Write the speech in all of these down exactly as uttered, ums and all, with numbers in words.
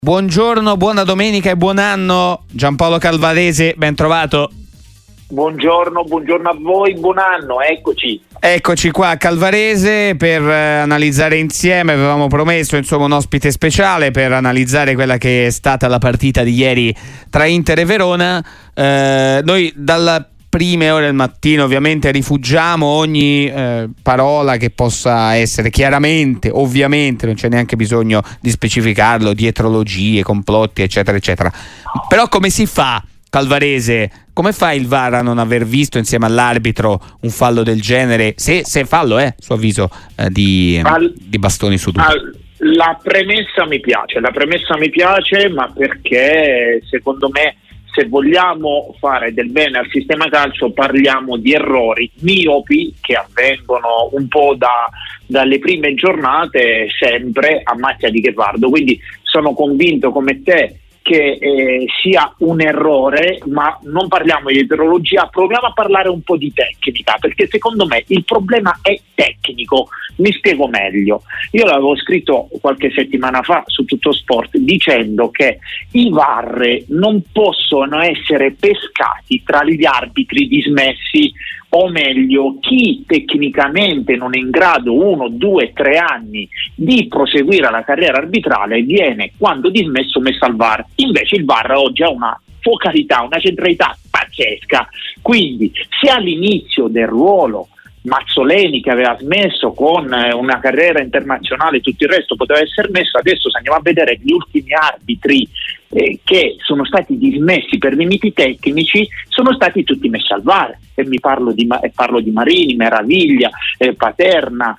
Buongiorno, buona domenica e buon anno Giampaolo Calvarese, ben trovato. Buongiorno, buongiorno a voi, buon anno, eccoci. Eccoci qua a Calvarese per eh, analizzare insieme, avevamo promesso insomma un ospite speciale per analizzare quella che è stata la partita di ieri tra Inter e Verona. Eh, noi dalla prime ore del mattino ovviamente rifugiamo ogni eh, parola che possa essere chiaramente, ovviamente non c'è neanche bisogno di specificarlo, dietrologie, complotti eccetera eccetera, però come si fa, Calvarese, come fa il V A R a non aver visto insieme all'arbitro un fallo del genere, se, se fallo è, a suo avviso, eh, di, al, di Bastoni su Duda? Al, la premessa mi piace, la premessa mi piace ma perché secondo me se vogliamo fare del bene al sistema calcio parliamo di errori miopi che avvengono un po' da, dalle prime giornate sempre a macchia di ghepardo, quindi sono convinto come te che eh, sia un errore, ma non parliamo di eterologia, proviamo a parlare un po' di tecnica, perché secondo me il problema è tecnico. Mi spiego meglio. Io l'avevo scritto qualche settimana fa su Tutto Sport dicendo che i V A R non possono essere pescati tra gli arbitri dismessi, o meglio chi tecnicamente non è in grado uno, due, tre anni di proseguire la carriera arbitrale viene quando dismesso messo al V A R. Invece il V A R oggi ha una focalità, una centralità pazzesca, quindi se all'inizio del ruolo Mazzoleni, che aveva smesso con una carriera internazionale e tutto il resto poteva essere messo, adesso se andiamo a vedere gli ultimi arbitri eh, che sono stati dismessi per limiti tecnici sono stati tutti messi al V A R, e mi parlo di, eh, parlo di Marini, Meraviglia, eh, Paterna,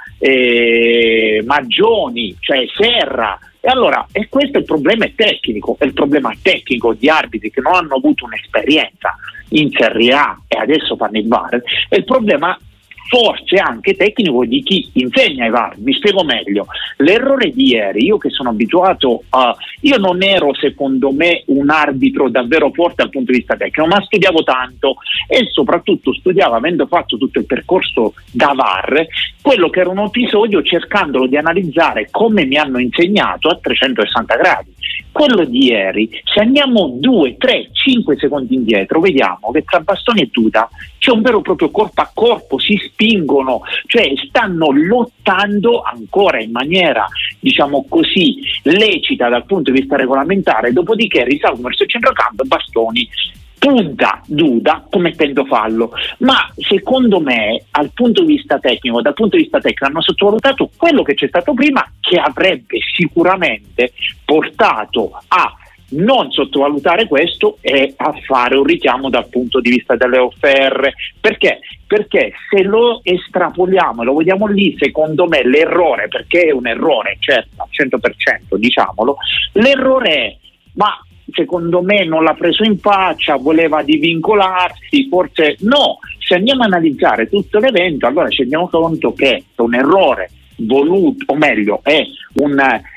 eh, Maggioni, cioè Serra. E allora, e questo è il problema tecnico, è il problema tecnico di arbitri che non hanno avuto un'esperienza in Serie A e adesso fanno il V A R, è il problema forse anche tecnico di chi insegna i V A R. Mi spiego meglio. L'errore di ieri, io che sono abituato a... io non ero secondo me un arbitro davvero forte dal punto di vista tecnico, ma studiavo tanto e soprattutto studiavo, avendo fatto tutto il percorso da V A R, quello che era un episodio cercandolo di analizzare come mi hanno insegnato a trecentosessanta gradi. Quello di ieri, se andiamo due, tre, cinque secondi indietro, vediamo che tra Bastoni e Duda c'è un vero e proprio corpo a corpo, si spingono, cioè stanno lottando ancora in maniera, diciamo così, lecita dal punto di vista regolamentare, dopodiché risalgono verso il centrocampo e Bastoni punta Duda commettendo fallo. Ma secondo me al punto di vista tecnico, dal punto di vista tecnico hanno sottovalutato quello che c'è stato prima, che avrebbe sicuramente portato a non sottovalutare questo e a fare un richiamo dal punto di vista delle O F R. Perché? Perché se lo estrapoliamo e lo vediamo lì, secondo me l'errore, perché è un errore, certo, al cento per cento diciamolo, l'errore è, ma secondo me non l'ha preso in faccia, voleva divincolarsi, forse no. Se andiamo a analizzare tutto l'evento, allora ci rendiamo conto che è un errore voluto, o meglio è un,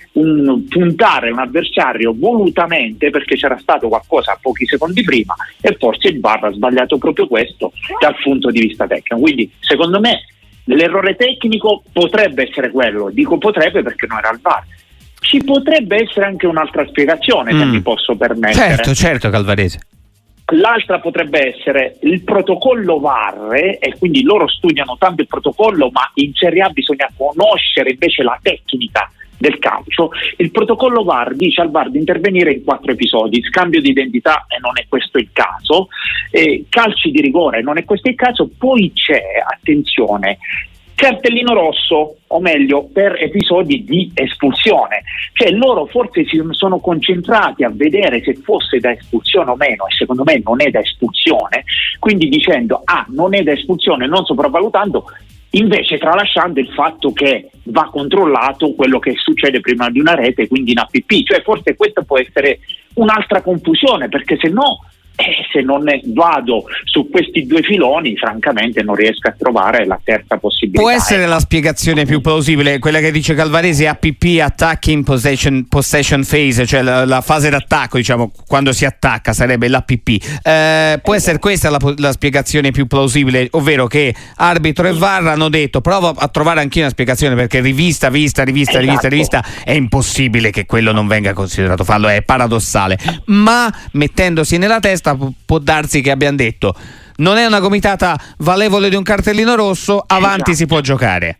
un puntare un avversario volutamente, perché c'era stato qualcosa pochi secondi prima e forse il V A R ha sbagliato proprio questo dal punto di vista tecnico. Quindi secondo me l'errore tecnico potrebbe essere quello, dico potrebbe perché non era il V A R. Ci potrebbe essere anche un'altra spiegazione, mm. se mi posso permettere. Certo, certo, Calvarese. L'altra potrebbe essere il protocollo V A R, e quindi loro studiano tanto il protocollo, ma in Serie A bisogna conoscere invece la tecnica del calcio. Il protocollo V A R dice al V A R di intervenire in quattro episodi: scambio di identità, e non è questo il caso, eh, calci di rigore, non è questo il caso, poi c'è, attenzione, cartellino rosso, o meglio per episodi di espulsione. Cioè loro forse si sono concentrati a vedere se fosse da espulsione o meno, e secondo me non è da espulsione, quindi dicendo ah non è da espulsione, non sopravvalutando, invece tralasciando il fatto che va controllato quello che succede prima di una rete, quindi in A P P. Cioè forse questa può essere un'altra confusione, perché se no E se non ne vado su questi due filoni, francamente non riesco a trovare la terza possibilità. Può essere la spiegazione più plausibile, quella che dice Calvarese, A P P, Attacking Possession, possession Phase, cioè la, la fase d'attacco, diciamo, quando si attacca sarebbe l'A P P. Eh, può essere questa la, la spiegazione più plausibile, ovvero che arbitro e V A R hanno detto, provo a trovare anch'io una spiegazione, perché rivista, vista, rivista, rivista, rivista, è impossibile che quello non venga considerato fallo, è paradossale, ma mettendosi nella testa può darsi che abbiano detto non è una gomitata valevole di un cartellino rosso, avanti, esatto, si può giocare.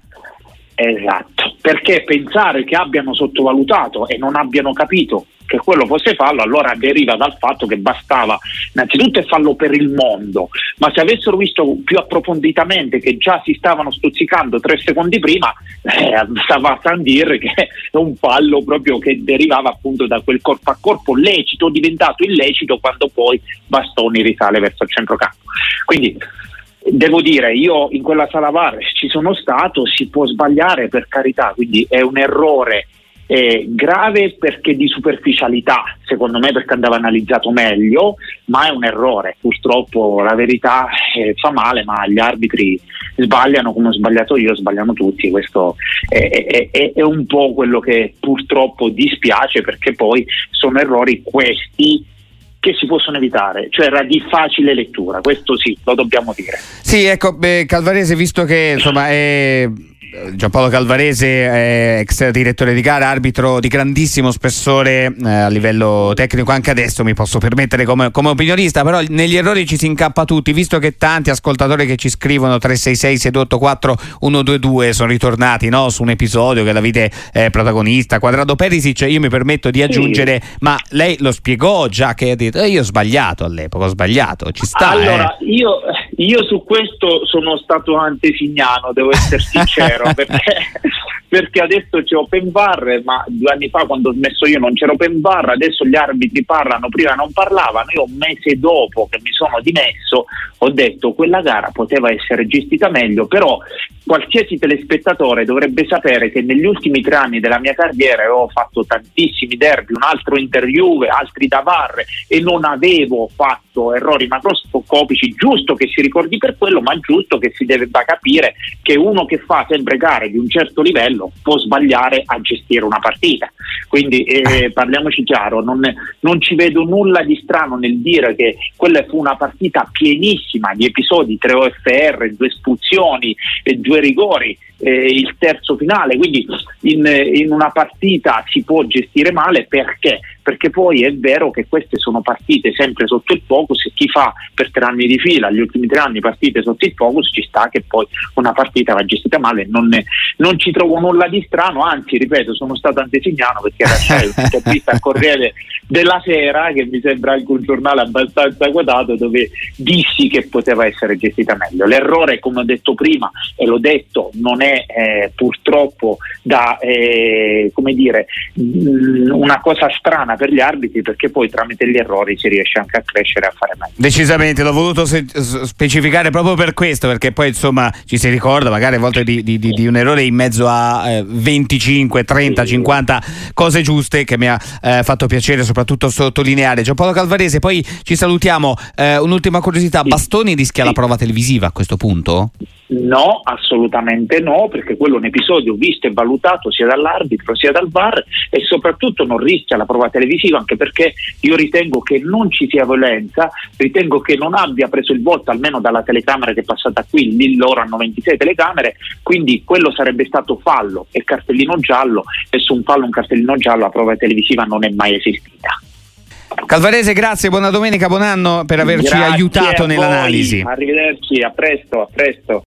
Esatto, perché pensare che abbiano sottovalutato e non abbiano capito che quello fosse fallo, allora deriva dal fatto che bastava innanzitutto è fallo per il mondo, ma se avessero visto più approfonditamente che già si stavano stuzzicando tre secondi prima, eh, stava a dire che è un fallo proprio che derivava appunto da quel corpo a corpo lecito diventato illecito quando poi Bastoni risale verso il centrocampo. Quindi devo dire, io in quella sala V A R ci sono stato, si può sbagliare, per carità, quindi è un errore eh, grave perché di superficialità, secondo me, perché andava analizzato meglio, ma è un errore. Purtroppo la verità eh, fa male, ma gli arbitri sbagliano come ho sbagliato io, sbagliano tutti. Questo è, è, è, è un po' quello che purtroppo dispiace, perché poi sono errori questi che si possono evitare, cioè era di facile lettura, questo sì, lo dobbiamo dire. Sì, ecco, beh, Calvarese, visto che insomma è Giampaolo Calvarese, è ex direttore di gara, arbitro di grandissimo spessore eh, a livello tecnico, anche adesso mi posso permettere come, come opinionista, però negli errori ci si incappa tutti, visto che tanti ascoltatori che ci scrivono tre sei sei sei due otto quattro uno due due sono ritornati, no, su un episodio che la vide eh, protagonista, Quadrado Perisic. Io mi permetto di aggiungere, sì, ma lei lo spiegò già, che ha detto eh, io ho sbagliato all'epoca, ho sbagliato, ci sta. Allora, eh. io, io su questo sono stato antesignano, devo essere sincero. Perché, perché adesso c'è Open V A R, ma due anni fa quando ho smesso io non c'era Open V A R, adesso gli arbitri parlano, prima non parlavano. Io un mese dopo che mi sono dimesso ho detto quella gara poteva essere gestita meglio, però qualsiasi telespettatore dovrebbe sapere che negli ultimi tre anni della mia carriera ho fatto tantissimi derby, un altro interview, altri da V A R, e non avevo fatto errori macroscopici. Giusto che si ricordi per quello, ma giusto che si debba capire che uno che fa sempre gare di un certo livello può sbagliare a gestire una partita. Quindi eh, parliamoci chiaro, non, non ci vedo nulla di strano nel dire che quella fu una partita pienissima di episodi, tre O F R, due espulsioni e due rigori, eh, il terzo finale, quindi in, in una partita si può gestire male. Perché? Perché poi è vero che queste sono partite sempre sotto il focus, e chi fa per tre anni di fila, gli ultimi tre anni partite sotto il focus, ci sta che poi una partita va gestita male. Non, ne, non ci trovo nulla di strano, anzi, ripeto, sono stato antesignano, perché era un'intervista al Corriere della Sera, che mi sembra anche un giornale abbastanza quotato, dove dissi che poteva essere gestita meglio. L'errore, come ho detto prima e l'ho detto, non è eh, purtroppo da eh, come dire mh, una cosa strana per gli arbitri, perché poi tramite gli errori si riesce anche a crescere e a fare meglio. Decisamente, l'ho voluto se- specificare proprio per questo, perché poi insomma ci si ricorda magari a volte di, di, di, di un errore in mezzo a eh, venticinque, trenta, sì, cinquanta cose giuste, che mi ha eh, fatto piacere soprattutto sottolineare. Giampaolo Calvarese, poi ci salutiamo. Eh, un'ultima curiosità, sì. Bastoni rischia sì. la prova televisiva a questo punto? No, assolutamente no, perché quello è un episodio visto e valutato sia dall'arbitro sia dal V A R, e soprattutto non rischia la prova televisiva, anche perché io ritengo che non ci sia violenza, ritengo che non abbia preso il volto, almeno dalla telecamera che è passata qui, lì loro hanno ventisei telecamere, quindi quello sarebbe stato fallo e cartellino giallo, e su un fallo un cartellino giallo la prova televisiva non è mai esistita. Calvarese, grazie, buona domenica, buon anno per averci Grazie aiutato nell'analisi. Arrivederci, a presto, a presto.